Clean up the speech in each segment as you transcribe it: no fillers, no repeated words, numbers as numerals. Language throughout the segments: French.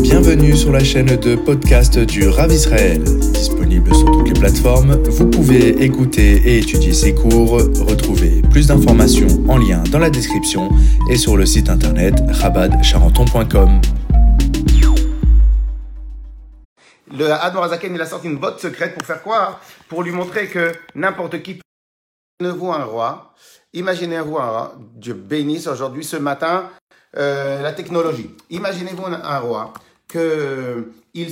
Bienvenue sur la chaîne de podcast du Rav Israël. Disponible sur toutes les plateformes, vous pouvez écouter et étudier ses cours. Retrouvez plus d'informations en lien dans la description et sur le site internet chabadcharenton.com. Le Admor Hazaken, il a sorti une botte secrète pour faire quoi? Pour lui montrer que n'importe qui ne vaut un roi. Imaginez-vous un roi. Dieu bénisse aujourd'hui, ce matin, la technologie. Imaginez-vous un roi il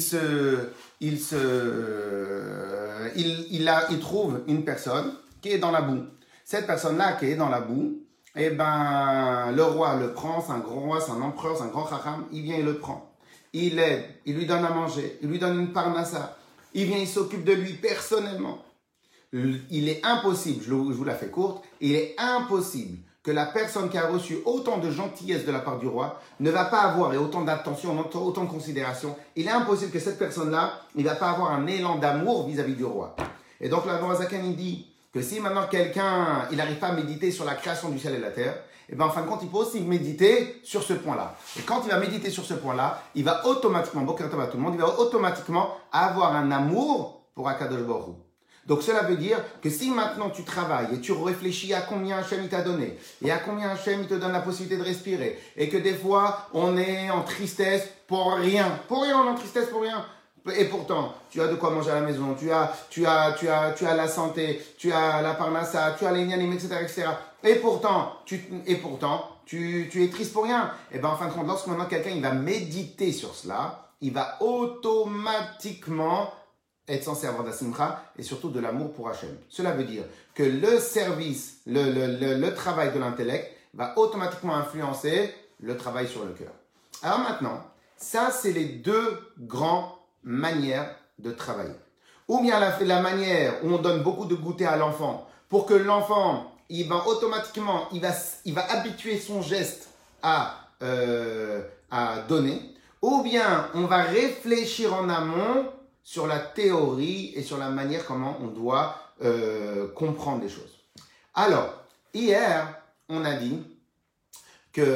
trouve une personne qui est dans la boue. Cette personne-là qui est dans la boue, eh ben, le roi le prend, c'est un grand roi, c'est un empereur, c'est un grand chacham, il vient et le prend. Il l'aide, il lui donne à manger, il lui donne une parnassa, il vient, il s'occupe de lui personnellement. Il est impossible, je vous la fais courte, il est impossible que la personne qui a reçu autant de gentillesse de la part du roi ne va pas avoir, et autant d'attention, autant de considération, il est impossible que cette personne-là, il ne va pas avoir un élan d'amour vis-à-vis du roi. Et donc l'Admor Hazaken, il dit que si maintenant quelqu'un, il n'arrive pas à méditer sur la création du ciel et de la terre, et ben en fin de compte, il peut aussi méditer sur ce point-là. Et quand il va méditer sur ce point-là, il va automatiquement, Boker Tov à tout le monde, il va automatiquement avoir un amour pour Akadosh Baruch Hu. Donc cela veut dire que si maintenant tu travailles et tu réfléchis à combien Hachem il t'a donné et à combien Hachem il te donne la possibilité de respirer et que des fois on est en tristesse pour rien on est en tristesse pour rien. Et pourtant, tu as de quoi manger à la maison, tu as la santé, tu as la parnassa, tu as les nyanim, etc. Et pourtant, tu es triste pour rien. Et ben en fin de compte, lorsque maintenant quelqu'un il va méditer sur cela, il va automatiquement être censé avoir de la simcha et surtout de l'amour pour Hachem. Cela veut dire que le service, le travail de l'intellect va automatiquement influencer le travail sur le cœur. Alors maintenant, ça c'est les deux grandes manières de travailler. Ou bien la manière où on donne beaucoup de goûter à l'enfant pour que l'enfant, il va automatiquement, il va habituer son geste à donner. Ou bien on va réfléchir en amont sur la théorie et sur la manière comment on doit comprendre les choses. Alors, hier, on a dit que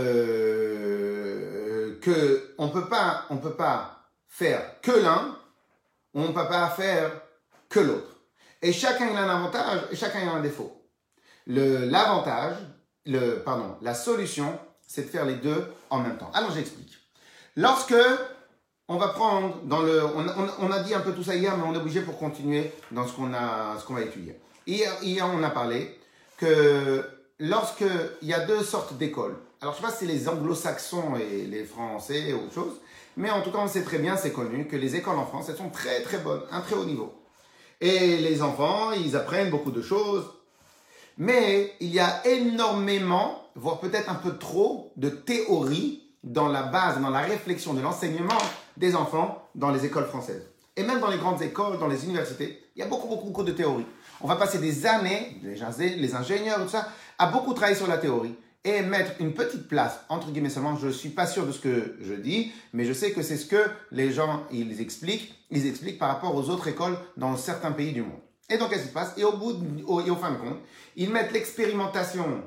on peut pas faire que l'un, on ne peut pas faire que l'autre. Et chacun a un avantage et chacun a un défaut. La solution, c'est de faire les deux en même temps. Alors, j'explique. Lorsque on va prendre on a dit un peu tout ça hier, mais on est obligé pour continuer dans ce qu'on va étudier. Hier, on a parlé que lorsqu'il y a deux sortes d'écoles, alors je ne sais pas si c'est les anglo-saxons et les français ou autre chose, mais en tout cas on sait très bien, c'est connu, que les écoles en France, elles sont très très bonnes, un très haut niveau. Et les enfants, ils apprennent beaucoup de choses, mais il y a énormément, voire peut-être un peu trop, de théorie dans la base, dans la réflexion de l'enseignement des enfants dans les écoles françaises. Et même dans les grandes écoles, dans les universités, il y a beaucoup de théorie. On va passer des années, les ingénieurs, tout ça, à beaucoup travailler sur la théorie et mettre une petite place, entre guillemets seulement, je ne suis pas sûr de ce que je dis, mais je sais que c'est ce que les gens, ils expliquent par rapport aux autres écoles dans certains pays du monde. Et donc, qu'est-ce qui se passe? Et au fin de compte, ils mettent l'expérimentation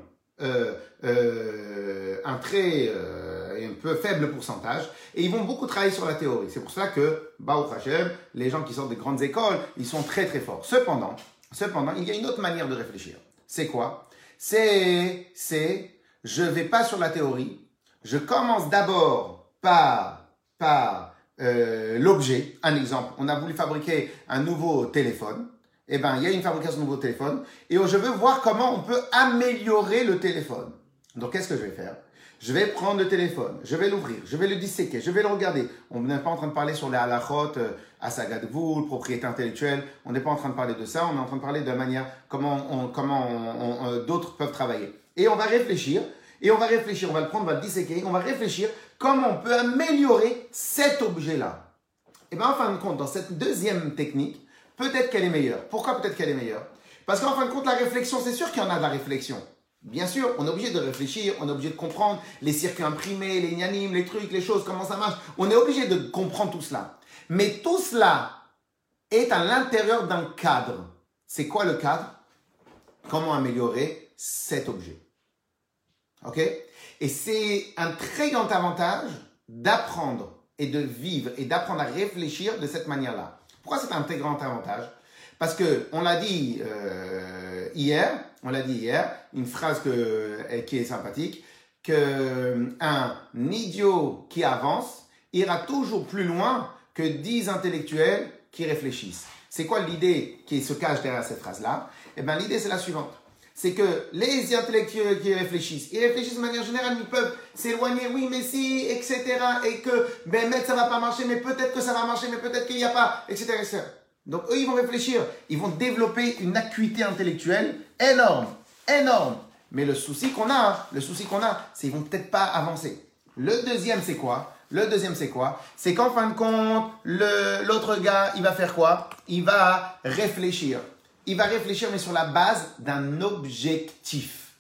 un peu faible pourcentage, et ils vont beaucoup travailler sur la théorie. C'est pour cela que, Baruch Hashem, les gens qui sortent des grandes écoles, ils sont très très forts. Cependant, il y a une autre manière de réfléchir. C'est quoi? Je vais pas sur la théorie, je commence d'abord par l'objet. Un exemple, on a voulu fabriquer un nouveau téléphone. Eh bien, il y a une fabrication de nouveau téléphone, et je veux voir comment on peut améliorer le téléphone. Donc, qu'est-ce que je vais faire? Je vais prendre le téléphone, je vais l'ouvrir, je vais le disséquer, je vais le regarder. On n'est pas en train de parler sur les halachot, Asagat Gvul, propriété intellectuelle. On n'est pas en train de parler de ça. On est en train de parler de la manière comment d'autres peuvent travailler. Et on va réfléchir. On va le prendre, on va le disséquer. On va réfléchir comment on peut améliorer cet objet-là. Et bien, en fin de compte, dans cette deuxième technique, peut-être qu'elle est meilleure. Pourquoi peut-être qu'elle est meilleure? Parce qu'en fin de compte, la réflexion, c'est sûr qu'il y en a de la réflexion. Bien sûr, on est obligé de réfléchir, on est obligé de comprendre les circuits imprimés, les nyanim, les trucs, les choses, comment ça marche. On est obligé de comprendre tout cela. Mais tout cela est à l'intérieur d'un cadre. C'est quoi le cadre? Comment améliorer cet objet? Ok? Et c'est un très grand avantage d'apprendre et de vivre et d'apprendre à réfléchir de cette manière-là. Pourquoi c'est un très grand avantage? Parce que on l'a dit hier, une phrase qui est sympathique, qu'un idiot qui avance ira toujours plus loin que 10 intellectuels qui réfléchissent. C'est quoi l'idée qui se cache derrière cette phrase-là? Eh bien, l'idée, c'est la suivante. C'est que les intellectuels qui réfléchissent, ils réfléchissent de manière générale, ils peuvent s'éloigner, oui, mais si, etc. Et que, ça va pas marcher, mais peut-être que ça va marcher, mais peut-être qu'il n'y a pas, etc., etc. Donc, eux, ils vont réfléchir. Ils vont développer une acuité intellectuelle énorme. Mais le souci qu'on a, c'est qu'ils vont peut-être pas avancer. Le deuxième, c'est quoi? C'est qu'en fin de compte, l'autre gars, il va faire quoi? Il va réfléchir. Mais sur la base d'un objectif.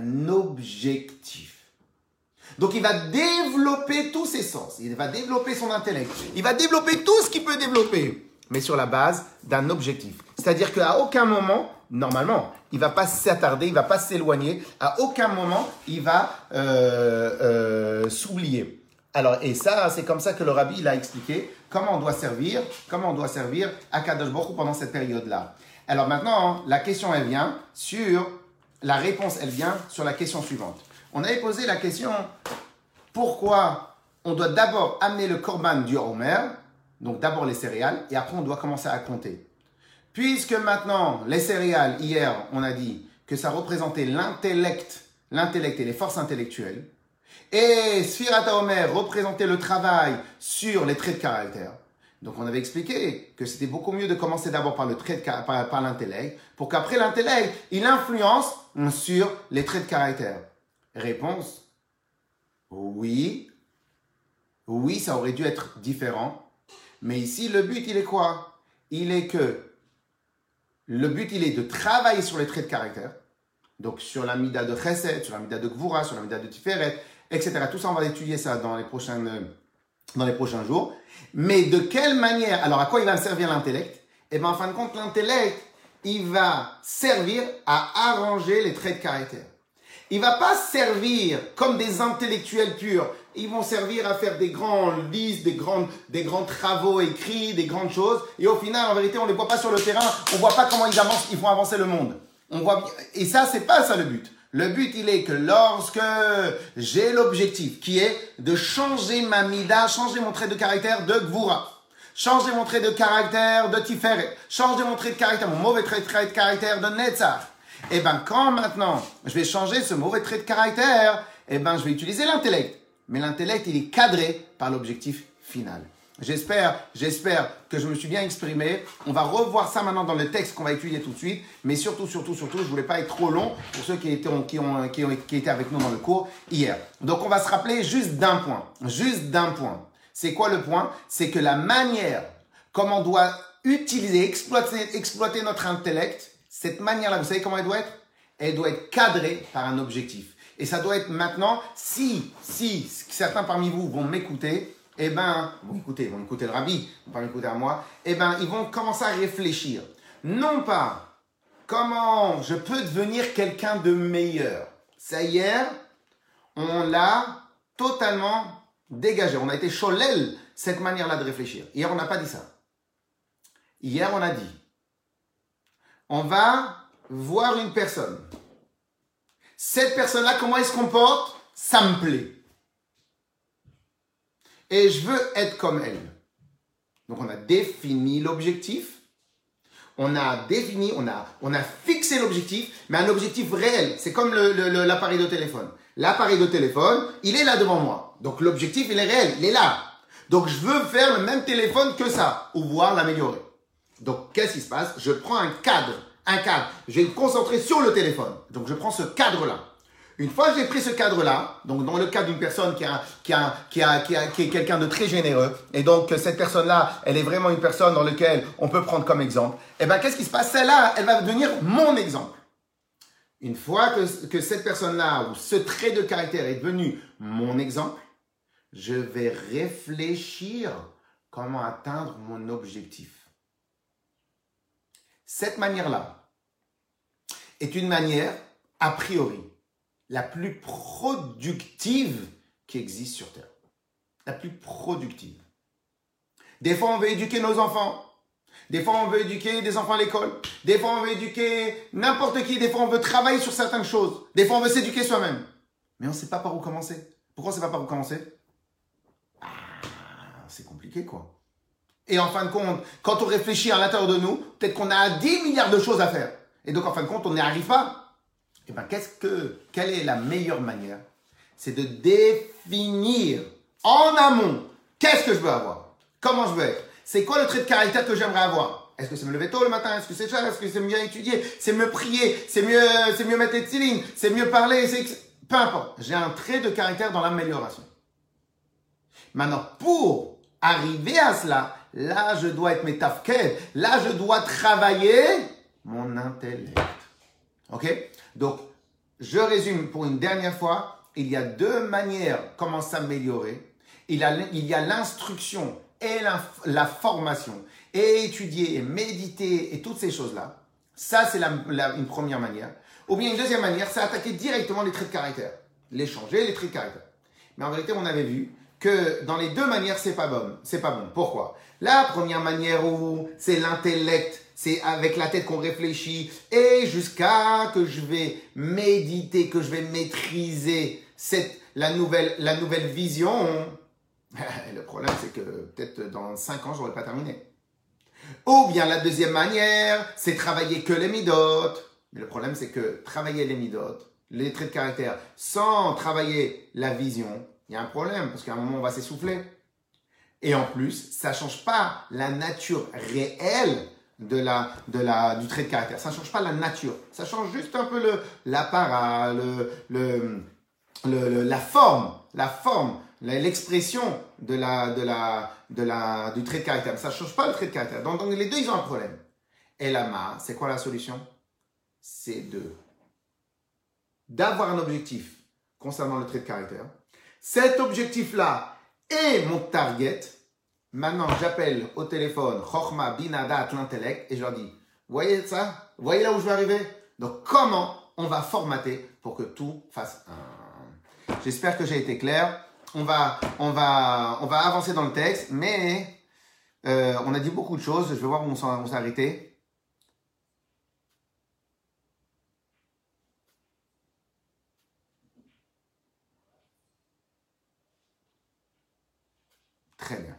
Donc, il va développer tous ses sens. Il va développer son intellect. Il va développer tout ce qu'il peut développer, mais sur la base d'un objectif. C'est-à-dire qu'à aucun moment, normalement, il ne va pas s'attarder, il ne va pas s'éloigner. À aucun moment, il va s'oublier. Alors, et ça, c'est comme ça que le Rabbi il a expliqué comment on doit servir à Kadosh Baruch Hu pendant cette période-là. Alors maintenant, la réponse vient sur la question suivante. On avait posé la question, pourquoi on doit d'abord amener le korban du Homer, donc d'abord les céréales, et après on doit commencer à compter. Puisque maintenant, les céréales, hier, on a dit que ça représentait l'intellect et les forces intellectuelles, et Sfirat HaOmer représentait le travail sur les traits de caractère. Donc on avait expliqué que c'était beaucoup mieux de commencer d'abord par par l'intellect, pour qu'après l'intellect, il influence sur les traits de caractère. Réponse, oui, ça aurait dû être différent. Mais ici, le but, il est quoi? Le but, il est de travailler sur les traits de caractère. Donc sur la mida de Chesed, sur la mida de Gvura, sur la mida de Tiferet, etc. Tout ça, on va étudier ça dans les prochains jours. Mais de quelle manière? Alors, à quoi il va me servir l'intellect? Eh bien, en fin de compte, l'intellect, il va servir à arranger les traits de caractère. Il ne va pas servir comme des intellectuels purs. Ils vont servir à faire des grandes listes, des grands travaux écrits, des grandes choses. Et au final, en vérité, on ne les voit pas sur le terrain. On ne voit pas comment ils font avancer le monde. Et ça, c'est pas ça le but. Le but, il est que lorsque j'ai l'objectif qui est de changer ma mida, changer mon trait de caractère de Gvura, changer mon trait de caractère de Tiferet, changer mon trait de caractère, mon mauvais trait de caractère de Netzach, et bien quand maintenant je vais changer ce mauvais trait de caractère, je vais utiliser l'intellect. Mais l'intellect, il est cadré par l'objectif final. J'espère que je me suis bien exprimé. On va revoir ça maintenant dans le texte qu'on va étudier tout de suite. Mais surtout, je ne voulais pas être trop long pour ceux qui étaient avec nous dans le cours hier. Donc, on va se rappeler juste d'un point. C'est quoi le point? C'est que la manière comme on doit utiliser, exploiter notre intellect, cette manière-là, vous savez comment elle doit être? Elle doit être cadrée par un objectif. Et ça doit être maintenant, si certains parmi vous vont m'écouter, vont écouter le Rabbi, vont pas m'écouter à moi, ils vont commencer à réfléchir. Non pas comment je peux devenir quelqu'un de meilleur. Ça, hier, on l'a totalement dégagé. On a été cholel, cette manière-là de réfléchir. Hier, on n'a pas dit ça. Hier, on a dit, on va voir une personne. Cette personne-là, comment elle se comporte? Ça me plaît. Et je veux être comme elle. Donc, on a défini l'objectif. On a fixé l'objectif, mais un objectif réel. C'est comme l'appareil de téléphone. L'appareil de téléphone, il est là devant moi. Donc, l'objectif, il est réel. Il est là. Donc, je veux faire le même téléphone que ça, ou voir l'améliorer. Donc, qu'est-ce qui se passe? Je prends un cadre. Je vais me concentrer sur le téléphone. Donc, je prends ce cadre-là. Une fois que j'ai pris ce cadre-là, donc dans le cas d'une personne qui est quelqu'un de très généreux, et donc cette personne-là, elle est vraiment une personne dans laquelle on peut prendre comme exemple, qu'est-ce qui se passe? Celle-là, elle va devenir mon exemple. Une fois que cette personne-là, ou ce trait de caractère est devenu mon exemple, je vais réfléchir comment atteindre mon objectif. Cette manière-là est une manière, a priori, la plus productive qui existe sur Terre. La plus productive. Des fois, on veut éduquer nos enfants. Des fois, on veut éduquer des enfants à l'école. Des fois, on veut éduquer n'importe qui. Des fois, on veut travailler sur certaines choses. Des fois, on veut s'éduquer soi-même. Mais on ne sait pas par où commencer. Pourquoi on ne sait pas par où commencer? C'est compliqué, quoi. Et en fin de compte, quand on réfléchit à l'intérieur de nous, peut-être qu'on a 10 milliards de choses à faire. Et donc, en fin de compte, on n'y arrive pas. Eh bien, quelle est la meilleure manière? C'est de définir en amont, qu'est-ce que je veux avoir? Comment je veux être? C'est quoi le trait de caractère que j'aimerais avoir? Est-ce que c'est me lever tôt le matin? Est-ce que c'est ça? Est-ce que c'est mieux étudier? C'est mieux prier? C'est mieux mettre les tefilines? C'est mieux parler? Peu importe. J'ai un trait de caractère dans l'amélioration. Maintenant, pour arriver à cela, là, je dois être métafked. Là, je dois travailler mon intellect. Ok? Donc, je résume pour une dernière fois. Il y a deux manières comment s'améliorer. Il y a l'instruction et la formation, et étudier, et méditer, et toutes ces choses-là. Ça, c'est une première manière. Ou bien une deuxième manière, c'est attaquer directement les traits de caractère. Les changer, les traits de caractère. Mais en vérité, on avait vu que dans les deux manières, c'est pas bon. C'est pas bon. Pourquoi? La première manière où c'est l'intellect, c'est avec la tête qu'on réfléchit, et jusqu'à que je vais méditer, que je vais maîtriser la nouvelle vision. Le problème, c'est que peut-être dans 5 ans, je n'aurai pas terminé. Ou bien la deuxième manière, c'est travailler que les midotes. Mais le problème, c'est que travailler les midotes, les traits de caractère, sans travailler la vision, il y a un problème, parce qu'à un moment, on va s'essouffler. Et en plus, ça ne change pas la nature réelle du trait de caractère. Ça ne change pas la nature. Ça change juste un peu l'apparat, la forme, l'expression du trait de caractère. Ça ne change pas le trait de caractère. Donc les deux, ils ont un problème. Et là, c'est quoi la solution? C'est d'avoir un objectif concernant le trait de caractère. Cet objectif-là est mon target. Maintenant, j'appelle au téléphone Chokhma, Bina, Dat, l'intellect, et je leur dis, vous voyez ça? Vous voyez là où je veux arriver? Donc, comment on va formater pour que tout fasse un... J'espère que j'ai été clair. On va avancer dans le texte, mais on a dit beaucoup de choses. Je vais voir où on s'est arrêté. Très bien.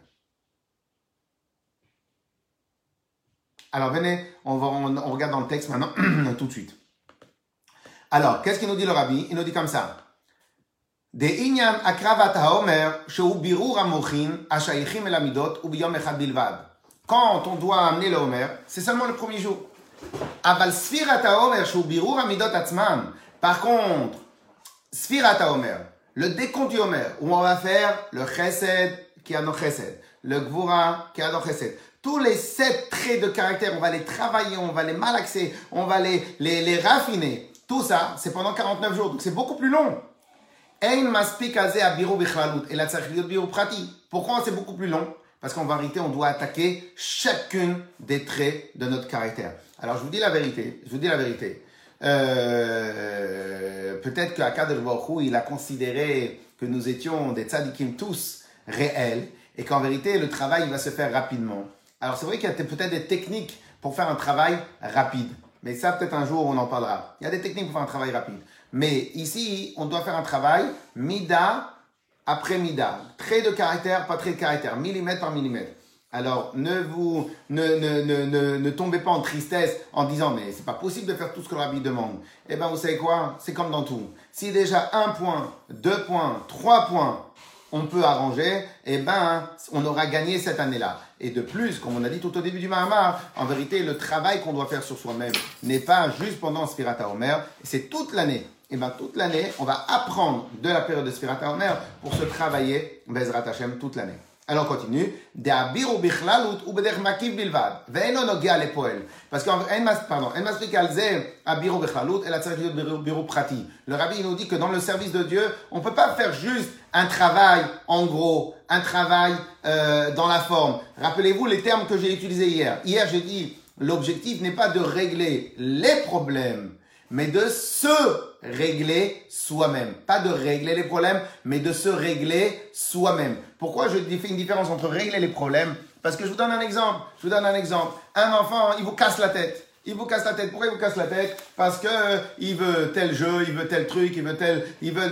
Alors, venez, on regarde dans le texte maintenant, tout de suite. Alors, qu'est-ce qu'il nous dit le rabbi? Il nous dit comme ça. דעניין הקרבת האומר שהוא בירור המוחין השייכים אל המידות וביום אחד בלבד. Quand on doit amener le Homer, c'est seulement le premier jour. אבל ספירת האומר שהוא בירור המידות עצמן, par contre, ספירת האומר, le décompte du Homer, où on va faire le chesed qui a no chesed, le gvura qui a no chesed, tous les 7 traits de caractère, on va les travailler, on va les malaxer, on va les raffiner. Tout ça, c'est pendant 49 jours, donc c'est beaucoup plus long. Pourquoi c'est beaucoup plus long? Parce qu'en vérité, on doit attaquer chacune des traits de notre caractère. Alors, je vous dis la vérité. Peut-être qu'Akadosh Baruch Hu, il a considéré que nous étions des tzadikim tous réels et qu'en vérité, le travail va se faire rapidement. Alors, c'est vrai qu'il y a peut-être des techniques pour faire un travail rapide. Mais ça, peut-être un jour, on en parlera. Il y a des techniques pour faire un travail rapide. Mais ici, on doit faire un travail mida après mida. Trait de caractère, pas trait de caractère. Millimètre par millimètre. Alors, ne tombez pas en tristesse en disant, mais c'est pas possible de faire tout ce que le rabbi demande. Eh bien, vous savez quoi? C'est comme dans tout. Si déjà 1 point, 2 points, 3 points, on peut arranger, eh ben, on aura gagné cette année-là. Et de plus, comme on a dit tout au début du Mahamar, en vérité, le travail qu'on doit faire sur soi-même n'est pas juste pendant Sfirat HaOmer, c'est toute l'année. Et bien, toute l'année, on va apprendre de la période de Sfirat HaOmer pour se travailler Bezrat Hashem toute l'année. Alors, on continue. Parce qu'en le rabbi nous dit que dans le service de Dieu, on ne peut pas faire juste un travail en gros, un travail dans la forme. Rappelez-vous les termes que j'ai utilisés hier. Hier, j'ai dit, l'objectif n'est pas de régler les problèmes, mais de se régler soi-même. Pas de régler les problèmes, mais de se régler soi-même. Pourquoi je fais une différence entre régler les problèmes? Parce que je vous donne un exemple. Un enfant, il vous casse la tête. Pourquoi il vous casse la tête? Parce que il veut tel jeu, il veut tel truc, il veut tel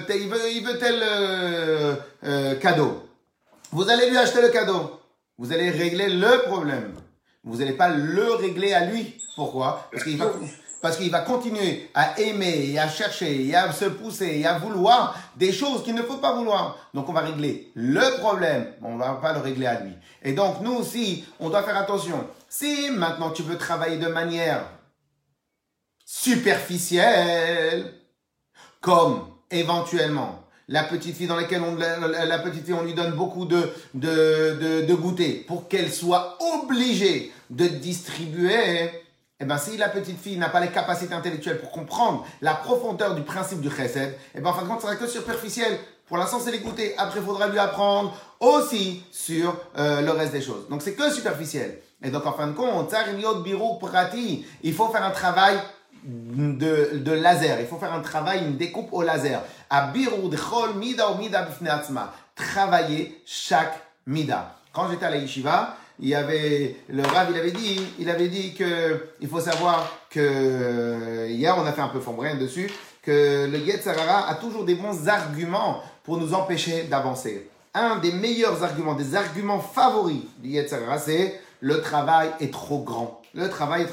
cadeau. Vous allez lui acheter le cadeau. Vous allez régler le problème. Vous n'allez pas le régler à lui. Pourquoi? Parce qu'il va continuer à aimer et à chercher et à se pousser et à vouloir des choses qu'il ne faut pas vouloir. Donc on va régler le problème, on ne va pas le régler à lui. Et donc nous aussi, on doit faire attention. Si maintenant tu veux travailler de manière superficielle, comme éventuellement la petite fille on lui donne beaucoup de goûter pour qu'elle soit obligée de distribuer. Eh bien, si la petite fille n'a pas les capacités intellectuelles pour comprendre la profondeur du principe du chesed, eh bien, en fin de compte, ça sera que superficiel. Pour l'instant, c'est les goûter. Après, il faudra lui apprendre aussi sur le reste des choses. Donc, c'est que superficiel. Et donc, en fin de compte, il faut faire un travail de laser. Il faut faire un travail, une découpe au laser. Travailler chaque mida. Quand j'étais à la yeshiva, le Rav, il avait dit que, il faut savoir que, hier, on a fait un peu fombrien dessus, que le Yetzer Hara a toujours des bons arguments pour nous empêcher d'avancer. Un des meilleurs arguments, des arguments favoris du Yetzer Hara, c'est le travail est trop grand. Le travail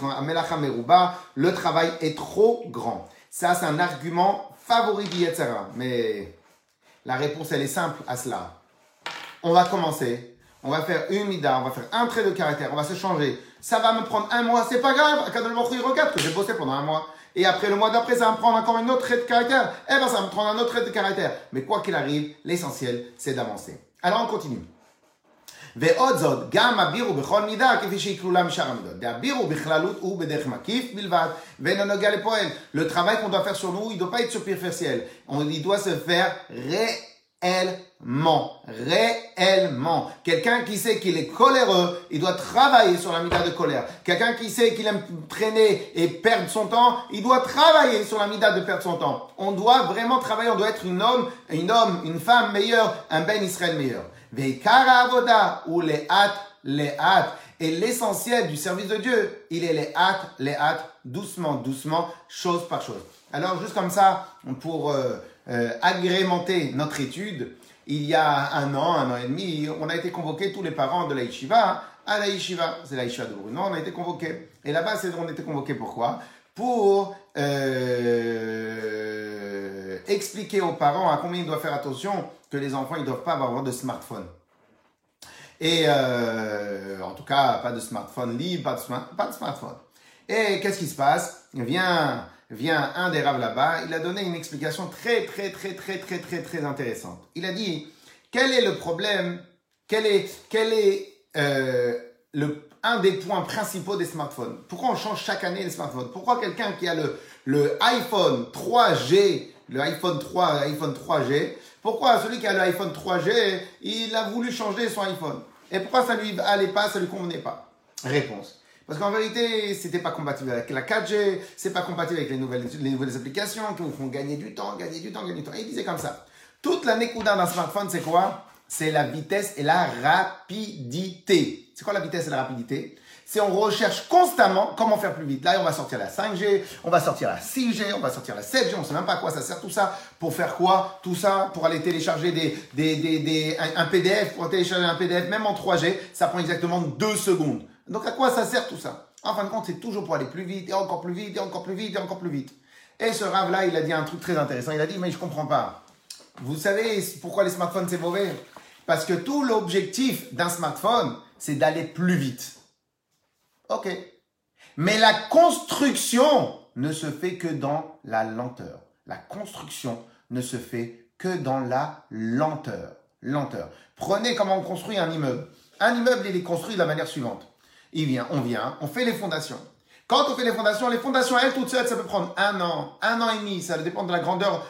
est trop grand. Ça, c'est un argument favori du Yetzer Hara. Mais la réponse, elle est simple à cela. On va commencer. On va faire une mida, on va faire un trait de caractère, on va se changer. Ça va me prendre un mois, c'est pas grave. Akadosh Baruch Hu, il regarde que j'ai bossé pendant un mois. Et après, le mois d'après, ça va me prendre encore une autre trait de caractère. Eh bien, ça va me prendre un autre trait de caractère. Mais quoi qu'il arrive, l'essentiel, c'est d'avancer. Alors, on continue. ועוד זאת, גם הבירו בכל מידה, כפי שיקלולה משאר המידות. והבירו בכללות הוא בדרך מקיף בלבד, ואינו נוגע לפועל. Le travail qu'on doit faire sur nous, il ne doit pas être superficiel. Il doit se faire réellement. Quelqu'un qui sait qu'il est coléreux, il doit travailler sur la mida de colère. Quelqu'un qui sait qu'il aime traîner et perdre son temps, il doit travailler sur la mida de perdre son temps. On doit vraiment travailler, on doit être une femme meilleure, un ben Israël meilleur. Veikara avoda ou le'at. Et l'essentiel du service de Dieu, il est le'at, doucement, chose par chose. Alors, juste comme ça, pour agrémenter notre étude, il y a un an et demi, on a été convoqués, tous les parents de la yeshiva, à la yeshiva. C'est la yeshiva de Bruno, on a été convoqués. Et là-bas, on a été convoqués pourquoi? Pour expliquer aux parents à combien ils doivent faire attention que les enfants, ils ne doivent pas avoir de smartphone. Et en tout cas, pas de smartphone libre, pas de smartphone. Et qu'est-ce qui se passe? Vient un des raves là-bas, il a donné une explication très intéressante. Il a dit, quel est le problème, quel est un des points principaux des smartphones? Pourquoi on change chaque année les smartphones? Pourquoi quelqu'un qui a le iPhone 3G, l'iPhone 3G, pourquoi celui qui a l'iPhone 3G, il a voulu changer son iPhone? Et pourquoi ça lui allait pas, ça lui convenait pas? Réponse. Parce qu'en vérité, c'était pas compatible avec la 4G, c'est pas compatible avec les nouvelles applications qui vous font gagner du temps. Et il disait comme ça. Toute la nekuda d'un smartphone, c'est quoi? C'est la vitesse et la rapidité. C'est quoi la vitesse et la rapidité? C'est on recherche constamment comment faire plus vite. Là, on va sortir la 5G, on va sortir la 6G, on va sortir la 7G, on ne sait même pas à quoi ça sert tout ça. Pour faire quoi? Tout ça, pour aller télécharger un PDF, pour télécharger un PDF, même en 3G, ça prend exactement 2 secondes. Donc, à quoi ça sert tout ça? En fin de compte, c'est toujours pour aller plus vite, et encore plus vite, et encore plus vite, et encore plus vite. Et ce rave-là, il a dit un truc très intéressant. Il a dit, mais je comprends pas. Vous savez pourquoi les smartphones, c'est mauvais? Parce que tout l'objectif d'un smartphone, c'est d'aller plus vite. Ok. Mais la construction ne se fait que dans la lenteur. La construction ne se fait que dans la lenteur. Prenez comment on construit un immeuble. Un immeuble, il est construit de la manière suivante. On fait les fondations. Quand on fait les fondations, elles toutes seules, ça peut prendre un an et demi. Ça dépend de la grandeur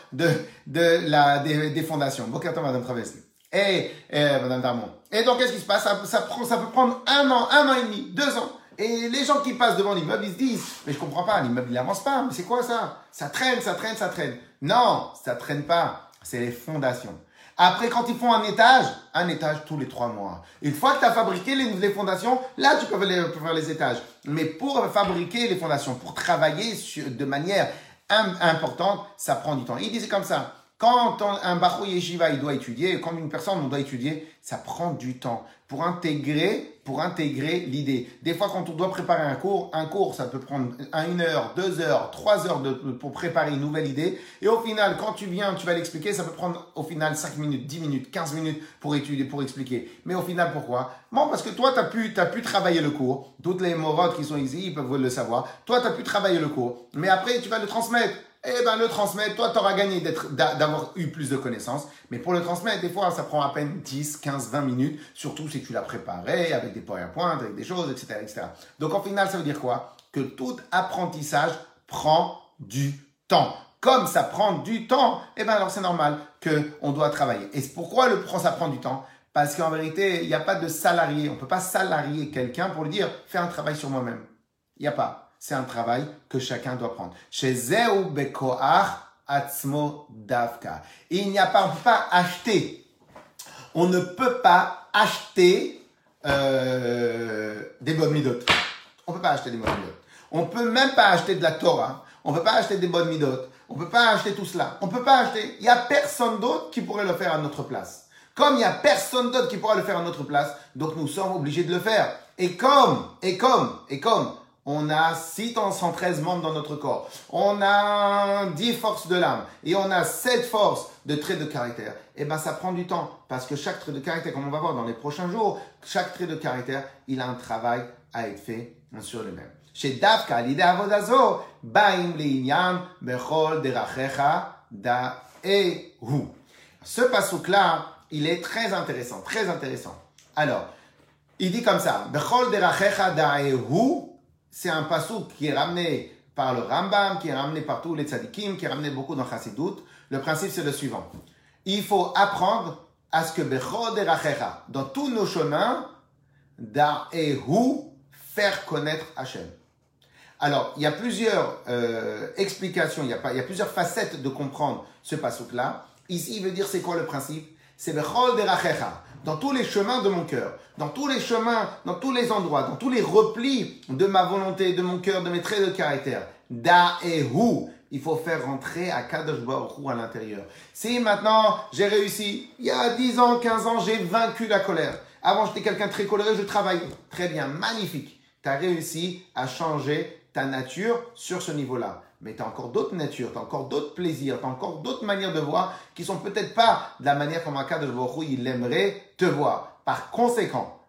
des fondations. Bon, attends, Madame Travesti. Et Madame Darmon. Et donc, qu'est-ce qui se passe? Ça peut prendre un an et demi, 2 ans. Et les gens qui passent devant l'immeuble, ils se disent, mais je comprends pas, l'immeuble, il avance pas. Mais c'est quoi ça? Ça traîne. Non, ça traîne pas. C'est les fondations. Après, quand ils font un étage tous les 3 mois. Une fois que tu as fabriqué les fondations, là, tu peux faire les étages. Mais pour fabriquer les fondations, pour travailler de manière importante, ça prend du temps. Il disait comme ça. Quand un Bachou Yeshiva, il doit étudier, quand une personne, on doit étudier, ça prend du temps pour intégrer l'idée. Des fois, quand on doit préparer un cours, ça peut prendre 1 heure, 2 heures, 3 heures pour préparer une nouvelle idée. Et au final, quand tu vas l'expliquer, ça peut prendre au final 5 minutes, 10 minutes, 15 minutes pour étudier, pour expliquer. Mais au final, pourquoi? Bon, parce que toi, t'as pu travailler le cours. Toutes les morotes qui sont ici, ils peuvent le savoir. Toi, t'as pu travailler le cours. Mais après, tu vas le transmettre. Le transmettre, toi, tu auras gagné d'avoir eu plus de connaissances. Mais pour le transmettre, des fois, ça prend à peine 10, 15, 20 minutes, surtout si tu l'as préparé avec des PowerPoint, avec des choses, etc., etc. Donc, au final, ça veut dire quoi? Que tout apprentissage prend du temps. Comme ça prend du temps, alors c'est normal qu'on doit travailler. Et c'est pourquoi ça prend du temps? Parce qu'en vérité, il n'y a pas de salarié. On ne peut pas salarier quelqu'un pour lui dire « fais un travail sur moi-même ». Il n'y a pas. C'est un travail que chacun doit prendre. Chez Zeu Bekoach Atzmo Davka. Il n'y a pas, on ne peut pas acheter. On ne peut pas acheter des bonnes midotes. On ne peut pas acheter des bonnes midotes. On ne peut même pas acheter de la Torah. On ne peut pas acheter des bonnes midotes. On ne peut pas acheter tout cela. On ne peut pas acheter. Il n'y a personne d'autre qui pourrait le faire à notre place. Comme il n'y a personne d'autre qui pourra le faire à notre place, donc nous sommes obligés de le faire. Et comme on a 613 membres dans notre corps. On a 10 forces de l'âme. Et on a 7 forces de traits de caractère. Ça prend du temps. Parce que chaque trait de caractère, comme on va voir dans les prochains jours, chaque trait de caractère, il a un travail à être fait sur lui-même. Chez Davka, l'idée avodazo, baim le'inyan, bechol derachecha da'ehu. Ce passouk-là, il est très intéressant, très intéressant. Alors, il dit comme ça, bechol derachecha da'ehu. C'est un passouk qui est ramené par le Rambam, qui est ramené par tous les tzadikim, qui est ramené beaucoup dans Chassidut. Le principe, c'est le suivant. Il faut apprendre à ce que Bechol derachecha, dans tous nos chemins, da'ehu, faire connaître Hachem. Alors, il y a plusieurs explications, il y a plusieurs facettes de comprendre ce passouk-là. Ici, il veut dire, c'est quoi le principe? C'est Bechol derachecha. Dans tous les chemins de mon cœur, dans tous les chemins, dans tous les endroits, dans tous les replis de ma volonté, de mon cœur, de mes traits de caractère. Da'ehu. Il faut faire rentrer à Kadosh Baruch Hu à l'intérieur. Si maintenant j'ai réussi, il y a 10 ans, 15 ans, j'ai vaincu la colère. Avant j'étais quelqu'un de très coléré, je travaillais. Très bien, magnifique. Tu as réussi à changer ta nature sur ce niveau-là. Mais tu as encore d'autres natures, tu as encore d'autres plaisirs, tu as encore d'autres manières de voir qui sont peut-être pas de la manière comme Akadosh Baruch Hu, il aimerait te voir. Par conséquent,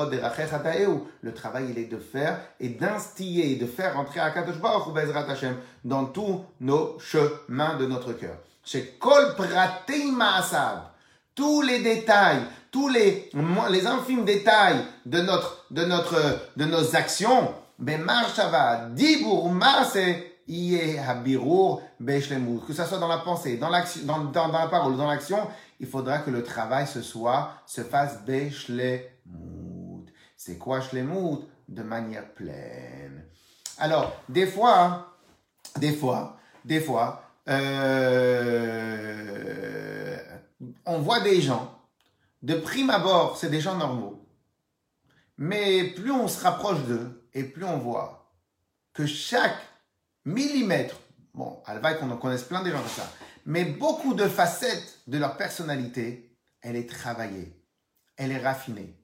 le travail il est de faire et d'instiller, de faire rentrer Akadosh Baruch Hu Bezrat Hashem dans tous nos chemins de notre cœur. Chez Kol Pratei Ma'asav, tous les détails, tous les infimes détails de nos actions, Bemar Shava, Dibur Maaseh, que ça soit dans la pensée, dans l'action, dans la parole, dans l'action, il faudra que le travail se fasse beshlemut. C'est quoi shlemut? De manière pleine. Alors, des fois, on voit des gens, de prime abord, c'est des gens normaux, mais plus on se rapproche d'eux et plus on voit que chaque millimètre, bon, alvaï qu'on en connaisse plein des gens comme ça, mais beaucoup de facettes de leur personnalité, elle est travaillée, elle est raffinée.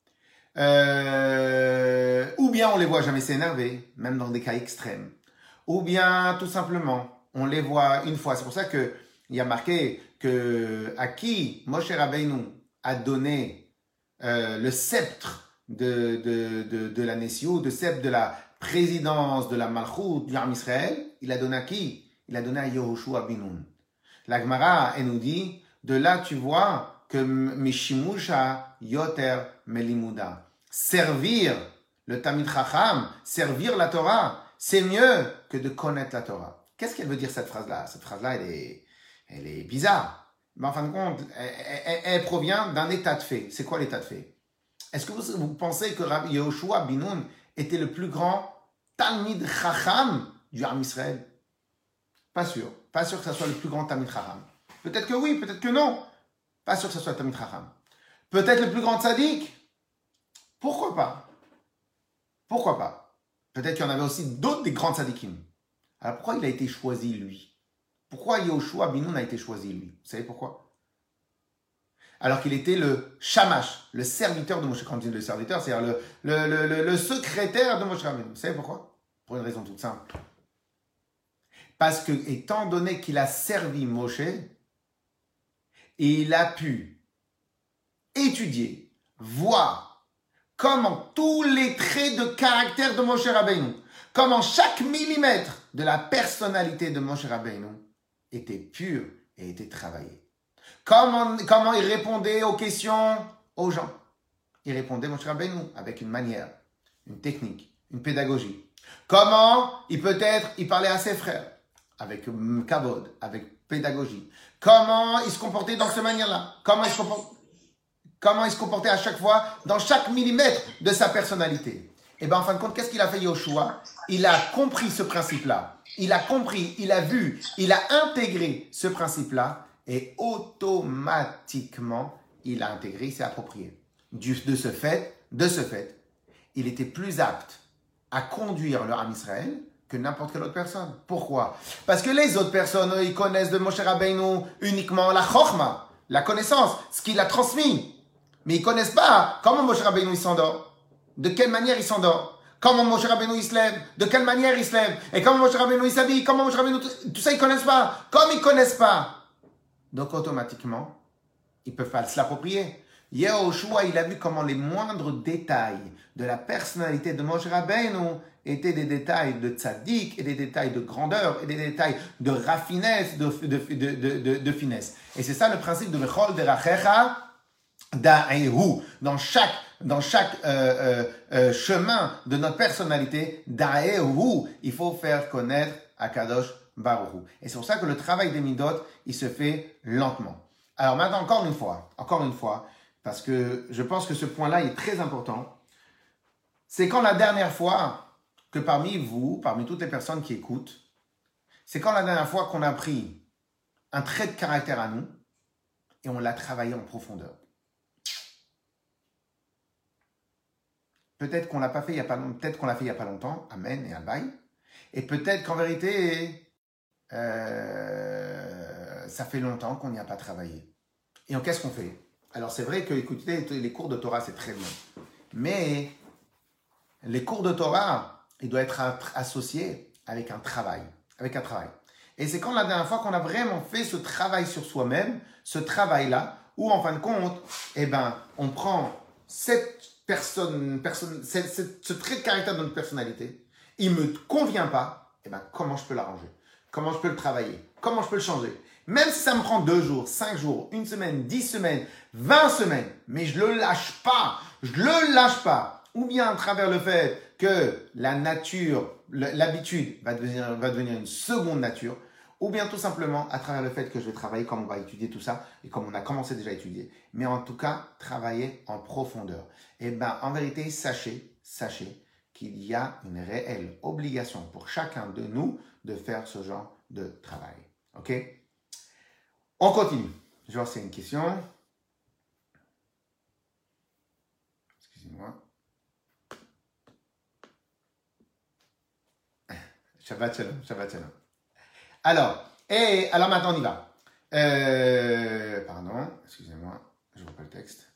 Ou bien on les voit jamais s'énerver, même dans des cas extrêmes. Ou bien, tout simplement, on les voit une fois. C'est pour ça qu'il y a marqué que à qui Moshe Rabbeinu a donné le sceptre de la Nessiou, le sceptre de la présidence de la Malchout du Am Israël, il a donné à qui? Il a donné à Yehoshua bin Nun. La Gemara, elle nous dit, de là tu vois que Mishimusha Yoter Melimuda. Servir le Tamid Chacham, servir la Torah, c'est mieux que de connaître la Torah. Qu'est-ce qu'elle veut dire cette phrase-là? Cette phrase-là, elle est bizarre. Mais en fin de compte, elle provient d'un état de fait. C'est quoi l'état de fait? Est-ce que vous pensez que Yehoshua bin Nun était le plus grand Talmid Chacham du Am Israël? Pas sûr. Pas sûr que ça soit le plus grand Talmid Chacham. Peut-être que oui, peut-être que non. Pas sûr que ce soit Tamid Chacham. Peut-être le plus grand tzaddik. Pourquoi pas? Pourquoi pas? Peut-être qu'il y en avait aussi d'autres des grands tzaddikim. Alors pourquoi il a été choisi lui? Pourquoi Yehoshua Binoun a été choisi lui? Vous savez pourquoi? Alors qu'il était le shamash, le serviteur de Moshe. Quand on dit le serviteur, c'est-à-dire le secrétaire de Moshe Rabbeinu. Vous savez pourquoi? Pour une raison toute simple. Parce que, étant donné qu'il a servi Moshe, il a pu étudier, voir comment tous les traits de caractère de Moshe Rabbeinu, comment chaque millimètre de la personnalité de Moshe Rabbeinu était pur et était travaillé. Comment il répondait aux questions aux gens. Il répondait Moshe Rabbeinu avec une manière, une technique, une pédagogie. Comment il parlait à ses frères avec kavod, avec pédagogie. Comment il se comportait dans cette manière-là. Comment il se comportait à chaque fois dans chaque millimètre de sa personnalité. Et bien en fin de compte, qu'est-ce qu'il a fait Yehoshua? Il a compris ce principe-là. Il a compris, il a vu, il a intégré ce principe-là et automatiquement, il a intégré, il s'est approprié. De ce fait, il était plus apte à conduire le Ham Israël que n'importe quelle autre personne. Pourquoi? Parce que les autres personnes, ils connaissent de Moshe Rabbeinu uniquement la chorma, la connaissance, ce qu'il a transmis. Mais ils ne connaissent pas comment Moshe Rabbeinu il s'endort, de quelle manière il s'endort, comment Moshe Rabbeinu il se lève, de quelle manière il se lève, et comment Moshe Rabbeinu il s'habille, comment Moshe Rabbeinu... Tout ça, ils ne connaissent pas. Comme ils ne connaissent pas, donc automatiquement, ils ne peuvent pas se l'approprier. Yehoshua, il a vu comment les moindres détails de la personnalité de Moshe Rabbeinu étaient des détails de tzaddik, et des détails de grandeur, et des détails de raffinesse, de finesse. Et c'est ça le principe de Bechol Derachecha Da'ehu. Dans chaque chemin de notre personnalité, Da'ehu, il faut faire connaître Akadosh Baruch Hu. Et c'est pour ça que le travail des midot, il se fait lentement. Alors maintenant, encore une fois, parce que je pense que ce point-là est très important, c'est quand la dernière fois que parmi toutes les personnes qui écoutent, c'est quand la dernière fois qu'on a pris un trait de caractère à nous et on l'a travaillé en profondeur. Peut-être qu'on l'a pas fait il y a pas longtemps, peut-être qu'on l'a fait il y a pas longtemps, amen et albaï, et peut-être qu'en vérité, ça fait longtemps qu'on n'y a pas travaillé. Et donc, qu'est-ce qu'on fait? Alors, c'est vrai que écouter les cours de Torah, c'est très bien. Mais les cours de Torah, ils doivent être associés avec un travail. Et c'est quand la dernière fois qu'on a vraiment fait ce travail sur soi-même, ce travail-là, où en fin de compte, on prend cette ce trait de caractère de notre personnalité, il ne me convient pas, comment je peux l'arranger? Comment je peux le travailler? Comment je peux le changer? Même si ça me prend 2 jours, 5 jours, 1 semaine, 10 semaines, 20 semaines, mais je le lâche pas. Ou bien à travers le fait que la nature, l'habitude va devenir une seconde nature, ou bien tout simplement à travers le fait que je vais travailler comme on va étudier tout ça, et comme on a commencé déjà à étudier, mais en tout cas, travailler en profondeur. En vérité, sachez qu'il y a une réelle obligation pour chacun de nous de faire ce genre de travail. Ok? On continue. Je vais voir s'il y a une question. Excusez-moi. Shabbat shalom. Alors maintenant on y va. Pardon, excusez-moi, je vois pas le texte.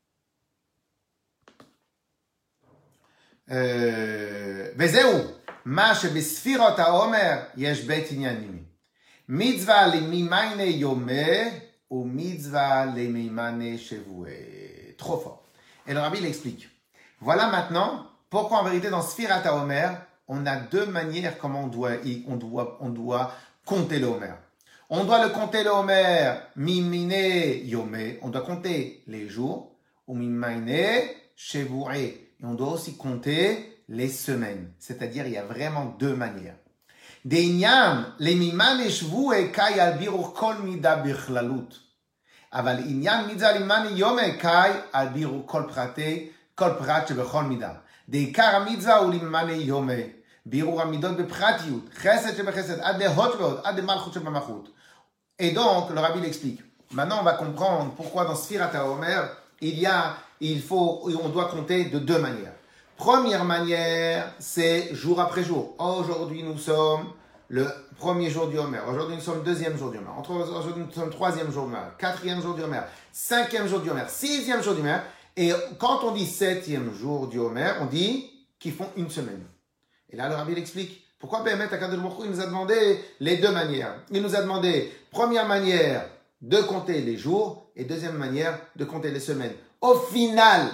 וזהו, מה שבספירות העומר יש בית עניינים. מצווה למימייני יומי ומצווה למימייני שבועי. Trop fort. Et le rabbi l'explique. Voilà maintenant pourquoi en vérité dans Sfirat HaOmer, on a 2 manières comment on doit compter le Homer. On doit le compter le Homer mimine yomé, on doit compter les jours, ou mimine shevu'e. Et on doit aussi compter les semaines. C'est-à-dire, il y a vraiment 2 manières. De'inyam, les mimane shevu'e kai al birur kol mida bichlalut. Aval inyan mitzah limane yome kai al birur kol prat shebechol mida. De'ikar hamitzvah u limane yome. בירור המידות בפרטיות, חסד שבחסד, עד להוד ועוד, עד למלכות שבמלכות. Et donc, le rabbi l'explique. Maintenant, on va comprendre pourquoi dans Sfirat HaOmer, on doit compter de deux manières. Première manière, c'est jour après jour. Aujourd'hui, nous sommes le premier jour du Homer. Aujourd'hui, nous sommes le deuxième jour du Homer. Aujourd'hui, nous sommes le troisième jour du Homer, quatrième jour du Homer, cinquième jour du Homer, sixième jour du Homer. Et quand on dit septième jour du Homer, on dit qu'ils font une semaine. Et là, le Rabbi l'explique. Pourquoi Béhémet Akadosh Baruch Hu, il nous a demandé les deux manières. Il nous a demandé, première manière, de compter les jours, et deuxième manière, de compter les semaines. Au final,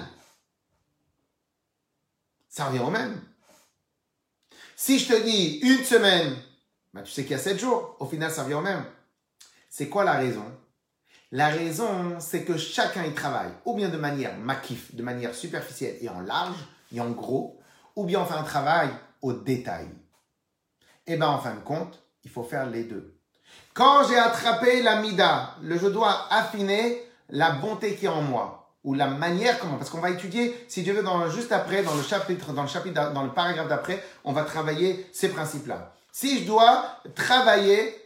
ça revient au même. Si je te dis une semaine, tu sais qu'il y a 7 jours. Au final, ça revient au même. C'est quoi la raison? La raison, c'est que chacun y travaille, ou bien de manière makif, de manière superficielle et en large, et en gros, ou bien on fait un travail au détail. Et en fin de compte, il faut faire les deux. Quand j'ai attrapé la mida, je dois affiner la bonté qui est en moi, ou la manière comment, parce qu'on va étudier, si Dieu veut, juste après, dans le paragraphe d'après, on va travailler ces principes-là. Si je dois travailler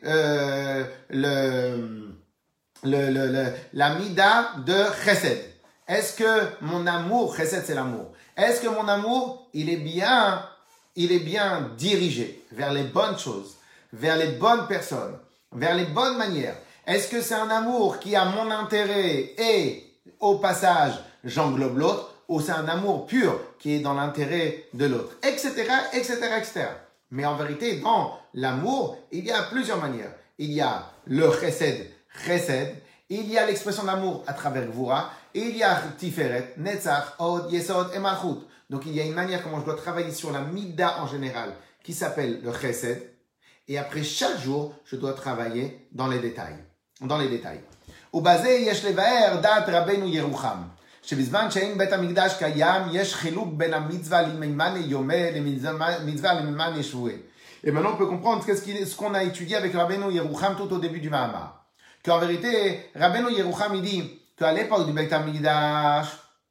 la mida de chesed, est-ce que mon amour, chesed c'est l'amour, est-ce que mon amour, il est bien dirigé vers les bonnes choses, vers les bonnes personnes, vers les bonnes manières? Est-ce que c'est un amour qui a mon intérêt et au passage j'englobe l'autre, ou c'est un amour pur qui est dans l'intérêt de l'autre, etc., etc., etc. Mais en vérité, dans l'amour, il y a plusieurs manières. Il y a le chesed, il y a l'expression d'amour à travers Gvura, et il y a Tiferet, Netzach, Od, Yesod et Malchut. Donc il y a une manière comment je dois travailler sur la Mida en général, qui s'appelle le chesed, et après chaque jour, je dois travailler dans les détails. ובזה יש לבאר דעת רבנו ירוחם, שבזמן שאין בית המקדש קיים, יש חילוק בין המצווה למימני יומי למצווה למימני שבועי. Et maintenant, on peut comprendre ce qu'on a étudié avec Rabbeinu Yerucham tout au début du Mahamar. Qu'en vérité, Rabbeinu Yerucham, il dit qu'à l'époque du Beit HaMikdash,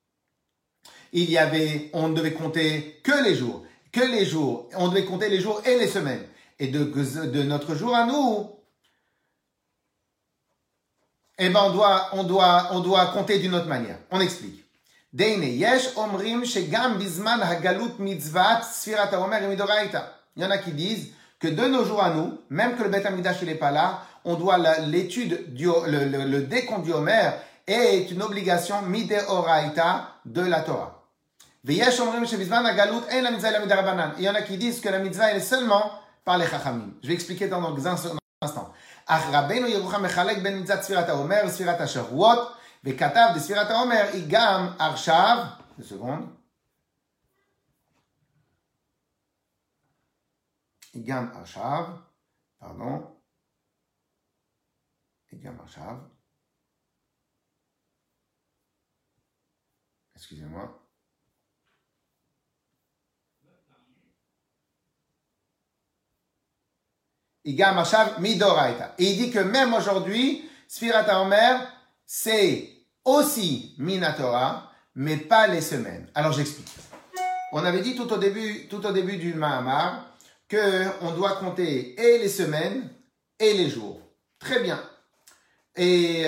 on ne devait compter que les jours. On devait compter les jours et les semaines. Et de notre jour à nous, on doit compter d'une autre manière. On explique. Deine, yesh omrim shegam bizman hagalut mitzvat sfirat haomer midoraita. Il y en a qui disent que de nos jours à nous, même que le Beit HaMikdash n'est pas là, on doit le décompte du Homer est une obligation midoraita de la Torah. Veyesh omrim shebizman hagalut en la mitzvah la midarabanan. Il y en a qui disent que la mitzvah est seulement par les chachamim. Je vais expliquer dans un instant. אך רבנו ירוחם מחלק בין מצוות ספירת העומר וספירת השבועות, וכתב בספירת העומר היא גם עכשיו, excusez-moi. Et il dit que même aujourd'hui, Sfirat HaOmer, c'est aussi Minatora, mais pas les semaines. Alors j'explique. On avait dit tout au début du Mahamar qu'on doit compter et les semaines et les jours. Très bien. Et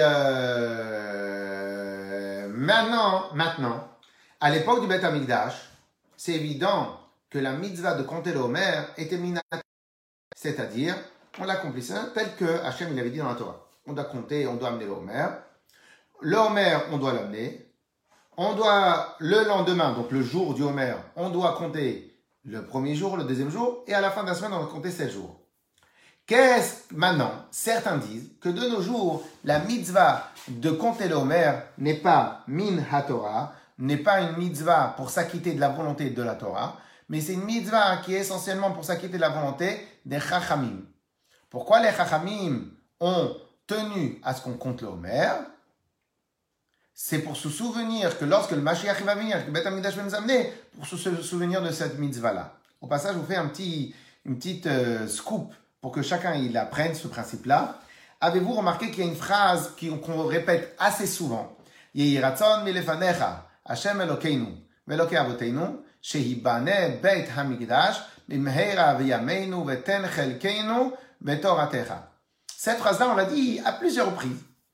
maintenant, à l'époque du Beit HaMikdash, c'est évident que la mitzvah de compter le Homer était Minatora. C'est-à-dire, on l'accomplissait tel que Hachem il avait dit dans la Torah. On doit compter, on doit amener le Homer. Le Homer, on doit l'amener. On doit, le lendemain, donc le jour du Homer, on doit compter le premier jour, le deuxième jour, et à la fin de la semaine, on doit compter 7 jours. Maintenant, certains disent que de nos jours, la mitzvah de compter le Homer n'est pas min ha-Torah, n'est pas une mitzvah pour s'acquitter de la volonté de la Torah, mais c'est une mitzvah qui est essentiellement pour s'acquitter de la volonté des Chachamim. Pourquoi les Chachamim ont tenu à ce qu'on compte le Homer? C'est pour se souvenir que lorsque le Mashiach va venir, que le Beit HaMikdash va nous amener, pour se souvenir de cette mitzvah-là. Au passage, je vous fais une petite scoop pour que chacun il apprenne ce principe-là. Avez-vous remarqué qu'il y a une phrase qu'on répète assez souvent? Yehi ratzon milefanecha, Hashem Elokeinu, ve'Elokei avoteinu, shehibane Beit HaMikdash, bimheira v'yameinu v'ten chelkeinu v'toratecha. Cette phrase-là, on l'a dit à plusieurs reprises.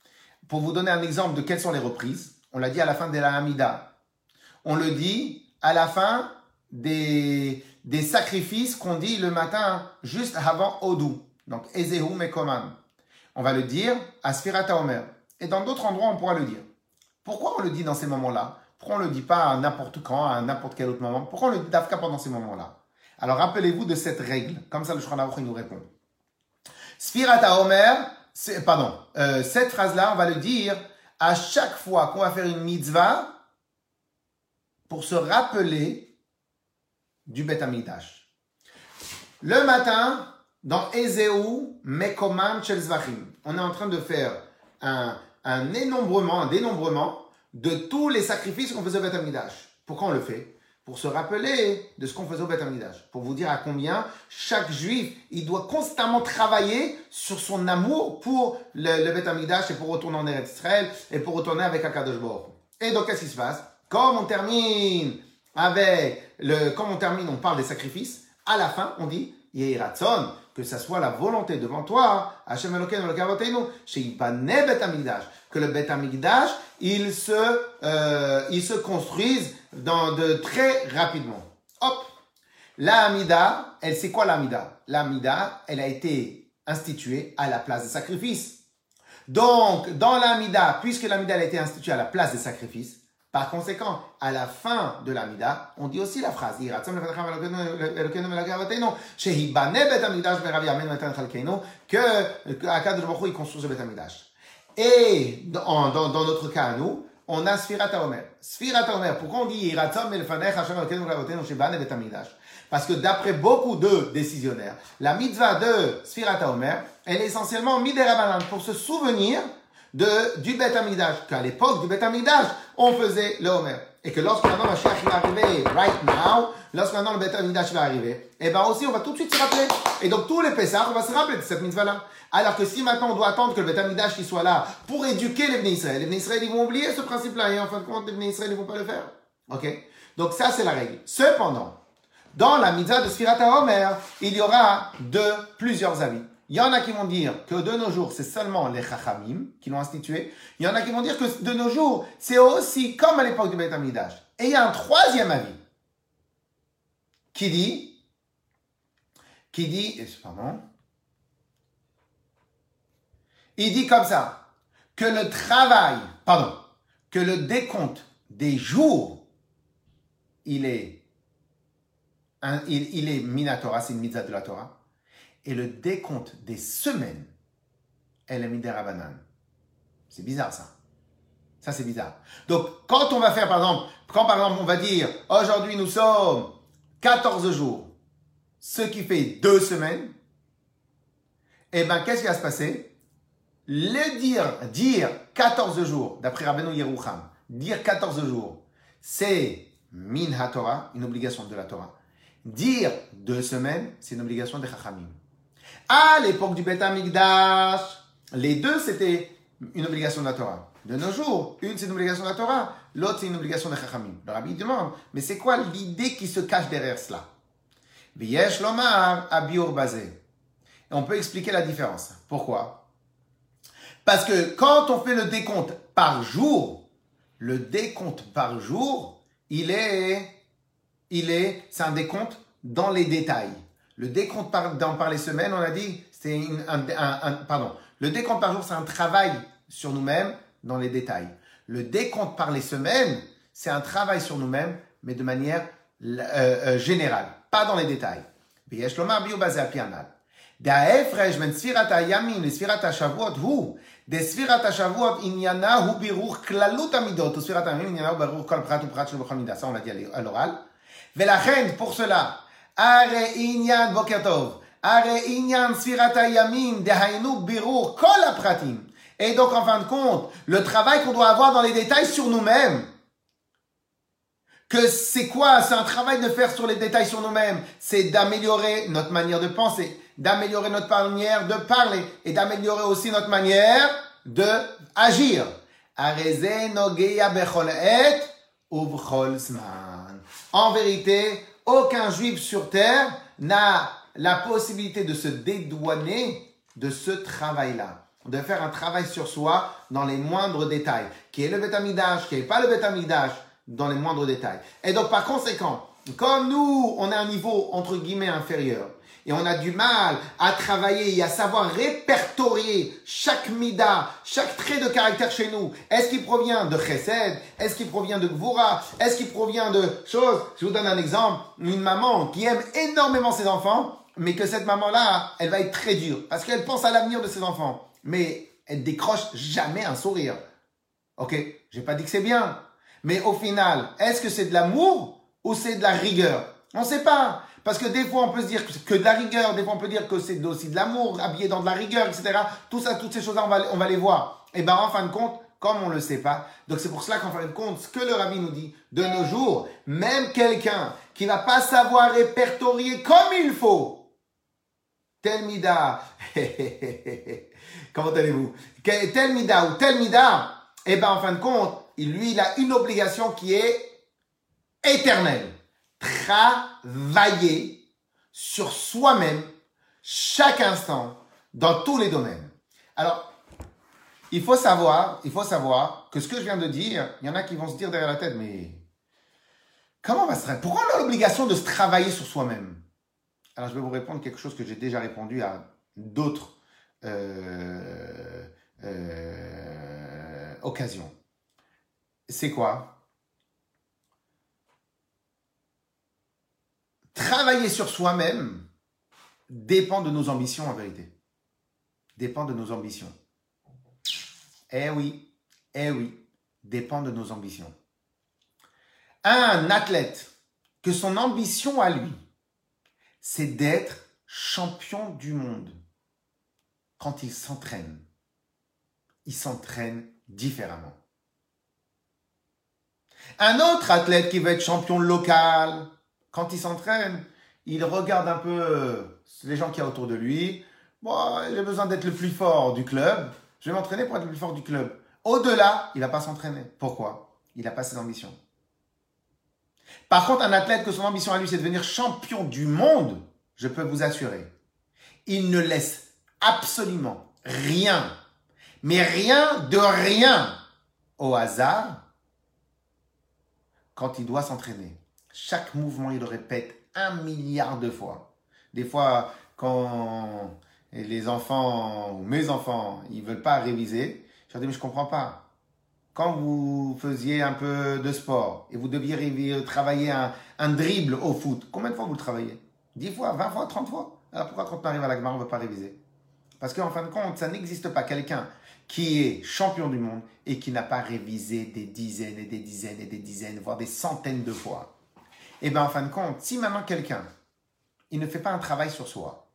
pour vous donner un exemple de quelles sont les reprises, on l'a dit à la fin de la Hamida. On le dit à la fin des sacrifices qu'on dit le matin juste avant Odou. Donc, Ezehu Mekoman. On va le dire à Sfirat HaOmer. Et dans d'autres endroits, on pourra le dire. Pourquoi on le dit dans ces moments-là? Pourquoi on ne le dit pas à n'importe quand, à n'importe quel autre moment? Pourquoi on le dit d'Afka pendant ces moments-là? Alors, rappelez-vous de cette règle. Comme ça, le Shulchan Aruch nous répond. Sfirat HaOmer, cette phrase-là, on va le dire à chaque fois qu'on va faire une mitzvah pour se rappeler du Bet HaMikdash. Le matin, dans Ezehu Mekoman Shel Zvachim, on est en train de faire un dénombrement de tous les sacrifices qu'on faisait au Bet HaMikdash. Pourquoi on le fait? Pour se rappeler de ce qu'on faisait au Bet HaMikdash. Pour vous dire à combien chaque juif, il doit constamment travailler sur son amour pour le Bet HaMikdash et pour retourner en Eretz Israël et pour retourner avec Akadosh Baruch Hu. Et donc, qu'est-ce qui se passe? Comme on termine, on parle des sacrifices, à la fin, on dit, Yehi Ratzon, que ça soit la volonté devant toi, Hashem Elokeinu Elokei Avotenu, Sheyipaneh Bet HaMikdash, que le Bet HaMikdash, il se construise très rapidement. Hop! La Hamida, c'est quoi la Hamida? La Hamida, elle a été instituée à la place des sacrifices. Donc, dans la Hamida, puisque la Hamida a été instituée à la place des sacrifices, par conséquent, à la fin de l'Amida, on dit aussi la phrase que Akadosh Baruch Hu construit le Bet HaMikdash. Et dans notre cas à nous, on a Sfirat HaOmer. Sfirat HaOmer, pourquoi on dit parce que d'après beaucoup de décisionnaires, la mitzvah de Sfirat HaOmer, elle est essentiellement Midei Rabbanan pour se souvenir du Bet HaMikdash, qu'à l'époque du Bet HaMikdash, on faisait le Homer. Et que lorsque maintenant Mashiach va arriver, right now, lorsque maintenant le Bet HaMikdash va arriver, et bien aussi on va tout de suite se rappeler. Et donc tous les Pessah, on va se rappeler de cette mitzvah-là. Alors que si maintenant on doit attendre que le Bet HaMikdash soit là pour éduquer les Bnei Israël ils vont oublier ce principe-là, et en fin de compte, les Bnei Israël ils vont pas le faire. Ok? Donc ça c'est la règle. Cependant, dans la mitzvah de Sfirat HaOmer, il y aura plusieurs avis. Il y en a qui vont dire que de nos jours, c'est seulement les Chachamim qui l'ont institué. Il y en a qui vont dire que de nos jours, c'est aussi comme à l'époque du Bet HaMikdash. Et il y a un troisième avis qui dit, il dit comme ça, que le décompte des jours, il est Minatora, c'est une mitzvah de la Torah. Et le décompte des semaines, elle est Midei Rabbanan. C'est bizarre ça. Ça c'est bizarre. Donc quand on va faire par exemple on va dire aujourd'hui nous sommes 14 jours, ce qui fait 2 semaines, et bien qu'est-ce qui va se passer? Dire 14 jours, d'après Rabbeinu Yerucham, dire 14 jours, c'est Min HaTorah, une obligation de la Torah. Dire 2 semaines, c'est une obligation des Chachamim. À l'époque du Bet HaMikdash, les deux, c'était une obligation de la Torah. De nos jours, une, c'est une obligation de la Torah, l'autre, c'est une obligation de Chachamim. Le Rabbi demande, mais c'est quoi l'idée qui se cache derrière cela? V'yesh lomar abiur bazé. Et on peut expliquer la différence. Pourquoi? Parce que quand on fait le décompte par jour, c'est un décompte dans les détails. Le décompte par les semaines, on a dit, le décompte par jour, c'est un travail sur nous-mêmes dans les détails. Le décompte par les semaines, c'est un travail sur nous-mêmes, mais de manière générale, pas dans les détails. V'yesh lomar biur bazé al pi hanal. D'ahefresh ben sfirat hayamim le sfirat hashavuot hu, de sfirat hashavuot inyana hu birur klalut hamidot, ou sfirat hayamim inyana hu birur kol prat uprat shel b'chol midah. Ça, on l'a dit à l'oral. V'lachen, pour cela, Are inyan boker tov, are inyan sfirat hayamim dehainu birur kol hapratim. Et donc, en fin de compte, le travail qu'on doit avoir dans les détails sur nous-mêmes, que c'est quoi? C'est un travail de faire sur les détails sur nous-mêmes. C'est d'améliorer notre manière de penser, d'améliorer notre manière de parler et d'améliorer aussi notre manière de agir. Areze nogeya bechol et ubchol zman. En vérité, aucun juif sur terre n'a la possibilité de se dédouaner de ce travail-là. de faire un travail sur soi dans les moindres détails. Qui est le Beth Amikdash, qui n'est pas le Beth Amikdash, dans les moindres détails. Et donc, par conséquent, comme nous, on a un niveau, entre guillemets, inférieur, et on a du mal à travailler et à savoir répertorier chaque mida, chaque trait de caractère chez nous. Est-ce qu'il provient de chesed? Est-ce qu'il provient de gvura? Est-ce qu'il provient de choses? Je vous donne un exemple. Une maman qui aime énormément ses enfants, mais que cette maman-là, elle va être très dure parce qu'elle pense à l'avenir de ses enfants. Mais elle décroche jamais un sourire. Ok? J'ai pas dit que c'est bien. Mais au final, est-ce que c'est de l'amour ou c'est de la rigueur? On ne sait pas. Parce que des fois, on peut se dire que c'est que de la rigueur. Des fois, on peut dire que c'est aussi de l'amour, habillé dans de la rigueur, etc. Tout ça, toutes ces choses-là, on va les voir. Et bien, en fin de compte, comme on ne le sait pas, donc c'est pour cela qu'en fin de compte, ce que le Rabbi nous dit, de nos jours, même quelqu'un qui ne va pas savoir répertorier comme il faut, tel mida, comment allez-vous? Tel mida ou tel mida, et bien en fin de compte, lui, il a une obligation qui est éternelle. Travailler sur soi-même chaque instant dans tous les domaines. Alors, il faut savoir que ce que je viens de dire, il y en a qui vont se dire derrière la tête, mais comment on va se travailler? Pourquoi on a l'obligation de se travailler sur soi-même? Alors, je vais vous répondre quelque chose que j'ai déjà répondu à d'autres occasions. C'est quoi? Travailler sur soi-même dépend de nos ambitions en vérité. Dépend de nos ambitions. Eh oui, dépend de nos ambitions. Un athlète que son ambition à lui, c'est d'être champion du monde. Quand il s'entraîne différemment. Un autre athlète qui veut être champion local, quand il s'entraîne, il regarde un peu les gens qu'il y a autour de lui. Bon, j'ai besoin d'être le plus fort du club. Je vais m'entraîner pour être le plus fort du club. Au-delà, il ne va pas s'entraîner. Pourquoi? Il n'a pas ses ambitions. Par contre, un athlète que son ambition à lui, c'est de devenir champion du monde, je peux vous assurer, il ne laisse absolument rien, mais rien de rien au hasard quand il doit s'entraîner. Chaque mouvement, il le répète 1 milliard de fois. Des fois, quand les enfants, ou mes enfants, ils ne veulent pas réviser, je leur dis, mais je ne comprends pas. Quand vous faisiez un peu de sport et vous deviez travailler un dribble au foot, combien de fois vous le travaillez? 10 fois, 20 fois, 30 fois? Alors pourquoi quand on arrive à la Gemara, on ne veut pas réviser? Parce qu'en fin de compte, ça n'existe pas quelqu'un qui est champion du monde et qui n'a pas révisé des dizaines et des dizaines et des dizaines, voire des centaines de fois. Et bien en fin de compte, si maintenant quelqu'un, il ne fait pas un travail sur soi,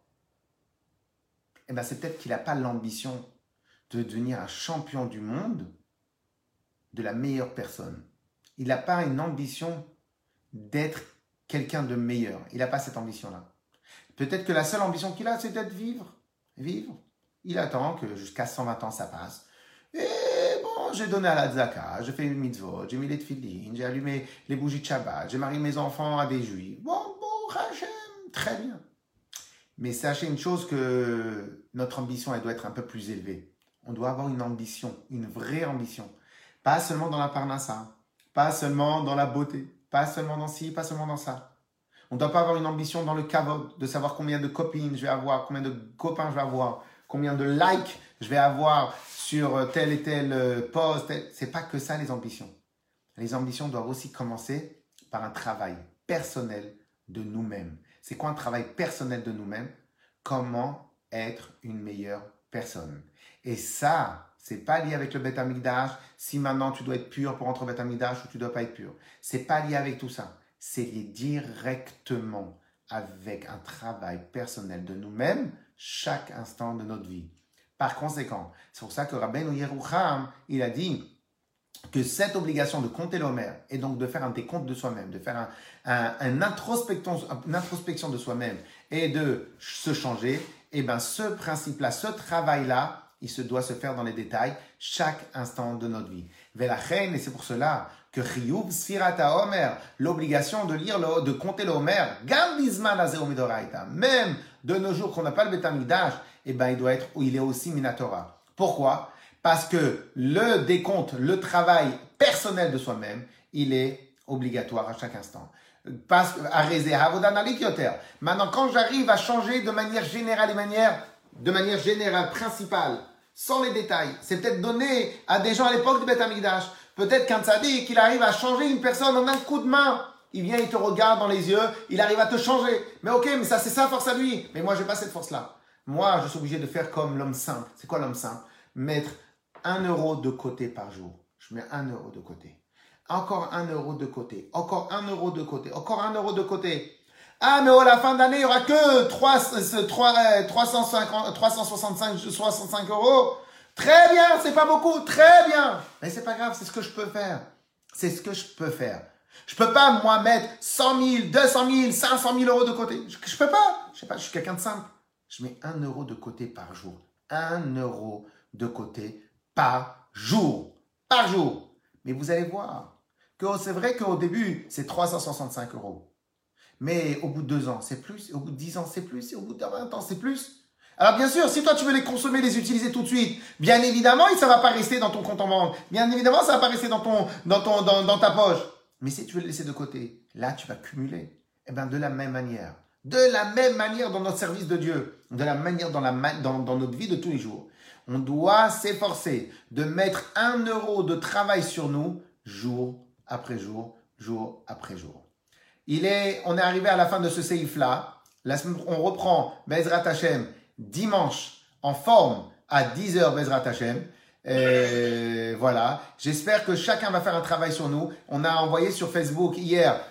et bien c'est peut-être qu'il n'a pas l'ambition de devenir un champion du monde, de la meilleure personne. Il n'a pas une ambition d'être quelqu'un de meilleur. Il n'a pas cette ambition-là. Peut-être que la seule ambition qu'il a, c'est d'être vivre. Il attend que jusqu'à 120 ans, ça passe. Et bon, j'ai donné à la tzaka, j'ai fait une mitzvot, j'ai mis les tefillin, j'ai allumé les bougies de Shabbat, j'ai marié mes enfants à des juifs. Bon, Hachem, très bien. Mais sachez une chose, que notre ambition, elle doit être un peu plus élevée. On doit avoir une ambition, une vraie ambition. Pas seulement dans la parnassa, pas seulement dans la beauté, pas seulement dans ci, pas seulement dans ça. On ne doit pas avoir une ambition dans le kavod, de savoir combien de copines je vais avoir, combien de copains je vais avoir, combien de likes je vais avoir sur tel et tel post. C'est pas que ça les ambitions. Les ambitions doivent aussi commencer par un travail personnel de nous-mêmes. C'est quoi un travail personnel de nous-mêmes? Comment être une meilleure personne? Et ça, c'est pas lié avec le Beth Amikdash. Si maintenant tu dois être pur pour entrer au Beth Amikdash ou tu dois pas être pur. C'est pas lié avec tout ça. C'est lié directement avec un travail personnel de nous-mêmes chaque instant de notre vie. Par conséquent, c'est pour ça que Rabbeinu Yerucham, il a dit que cette obligation de compter l'Omer et donc de faire un décompte de soi-même, de faire une introspection de soi-même et de se changer, et bien ce principe-là, ce travail-là, il se doit se faire dans les détails chaque instant de notre vie. Velachen, et c'est pour cela que Chiyuv Sfirata Omer, l'obligation de lire, de compter l'Omer, Gam Bizman Azeo Midoraita, même de nos jours qu'on n'a pas le Beth Amikdash, et ben il est aussi Minatora. Pourquoi? Parce que le décompte, le travail personnel de soi-même, il est obligatoire à chaque instant. Maintenant, quand j'arrive à changer de manière générale principale, sans les détails, c'est peut-être donné à des gens à l'époque du Beth Amikdash. Peut-être qu'un tzaddik, il arrive à changer une personne en un coup de main. Il vient, il te regarde dans les yeux, il arrive à te changer. Mais ok, mais ça, c'est sa force à lui. Mais moi, j'ai pas cette force-là. Moi, je suis obligé de faire comme l'homme simple. C'est quoi l'homme simple? Mettre 1 euro de côté par jour. Je mets 1 euro de côté. Encore 1 euro de côté. Encore 1 euro de côté. Encore 1 euro de côté. Ah, mais à la fin d'année, il n'y aura que 365 euros. Très bien, c'est pas beaucoup. Très bien. Mais c'est pas grave, c'est ce que je peux faire. C'est ce que je peux faire. Je peux pas, moi, mettre 100 000, 200 000, 500 000 euros de côté. Je peux pas. Je sais pas, je suis quelqu'un de simple. Je mets 1 euro de côté par jour. 1 euro de côté par jour. Par jour. Mais vous allez voir que c'est vrai qu'au début, c'est 365 euros. Mais au bout de 2 ans, c'est plus. Au bout de 10 ans, c'est plus. Et au bout de 20 ans, c'est plus. Alors bien sûr, si toi tu veux les consommer, les utiliser tout de suite, bien évidemment, ça ne va pas rester dans ton compte en banque. Bien évidemment, ça ne va pas rester dans ta poche. Mais si tu veux le laisser de côté, là, tu vas cumuler. Eh bien, de la même manière dans notre service de Dieu, de la manière dans notre vie de tous les jours, on doit s'efforcer de mettre 1 euro de travail sur nous, jour après jour, jour après jour. On est arrivé à la fin de ce séif-là. On reprend Bezrat Hashem dimanche en forme à 10h Bezrat Hashem. Voilà. J'espère que chacun va faire un travail sur nous. On a envoyé sur Facebook hier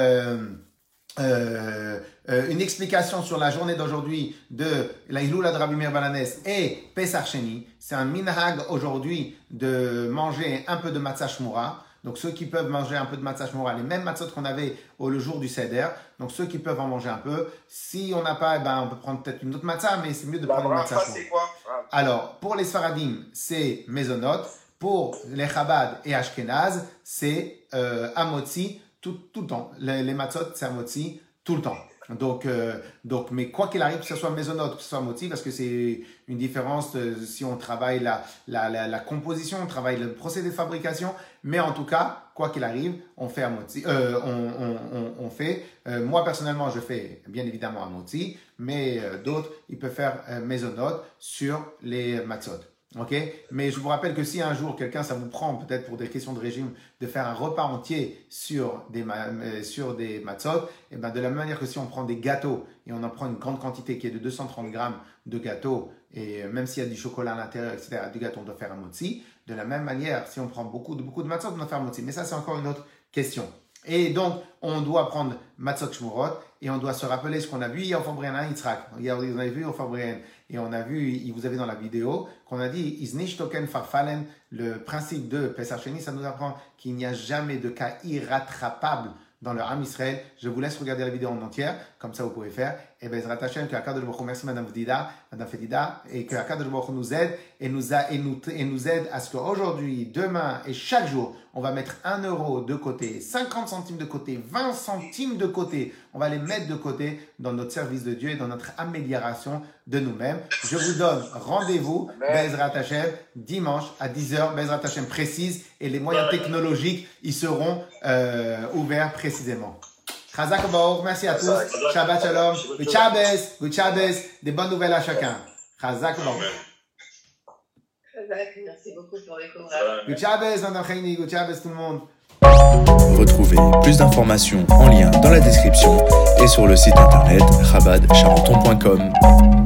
une explication sur la journée d'aujourd'hui de la Hiloula de Rabbi Meir Balanes et Pesach Sheni. C'est un minhag aujourd'hui de manger un peu de matzah shmura. Donc ceux qui peuvent manger un peu de matzah shmura, les mêmes matzot qu'on avait le jour du Seder. Donc ceux qui peuvent en manger un peu. Si on n'a pas, on peut prendre peut-être une autre matzah, mais c'est mieux de prendre une matzah shmura. C'est quoi? Alors, pour les Sfaradim, c'est mezonot. Pour les Chabad et Ashkenaz, c'est amotzi tout le temps. Les matzot, c'est amotzi tout le temps. Donc, mais quoi qu'il arrive, que ce soit mezonot, que ce soit amotzi, parce que c'est une différence si on travaille la composition, on travaille le procédé de fabrication, mais en tout cas, quoi qu'il arrive, on fait amotzi. Moi personnellement, je fais bien évidemment amotzi, mais d'autres, ils peuvent faire mezonot sur les matzot. Ok, mais je vous rappelle que si un jour quelqu'un, ça vous prend peut-être pour des questions de régime, de faire un repas entier sur des matzot, et ben de la même manière que si on prend des gâteaux et on en prend une grande quantité qui est de 230 grammes de gâteaux, et même s'il y a du chocolat à l'intérieur, etc., du gâteau, on doit faire un motzi. De la même manière, si on prend beaucoup de matzot, on doit faire un motzi. Mais ça, c'est encore une autre question. Et donc, on doit prendre matzot shmurot et on doit se rappeler ce qu'on a vu hier au Fabriana Yitzhak. Hier, on a vu au Fabriana et on a vu, vous avez dans la vidéo, qu'on a dit Iznish token farfalen, le principe de Pesach Sheni, ça nous apprend qu'il n'y a jamais de cas irrattrapable dans le Ham Israël. Je vous laisse regarder la vidéo en entière, comme ça vous pouvez faire. Et Bezrat Hashem, que Akadosh Baruch Hu, merci Madame Fedida, et que Akadosh Baruch Hu nous aide et nous aide à ce qu'aujourd'hui, demain et chaque jour, on va mettre 1 euro de côté, 50 centimes de côté, 20 centimes de côté. On va les mettre de côté dans notre service de Dieu et dans notre amélioration de nous-mêmes. Je vous donne rendez-vous, Bezrat Hashem, dimanche à 10h, Bezrat Hashem précise, et les moyens technologiques, ils seront ouverts précisément. Chazak Baruch, merci à tous. Shabbat Shalom. Good Shabbos. Des bonnes nouvelles à chacun. Chazak Baruch. Merci beaucoup pour les couvrages. Good Shabbos, Madame Khaini. Good Shabbos, tout le monde. Retrouvez plus d'informations en lien dans la description et sur le site internet chabadcharenton.com.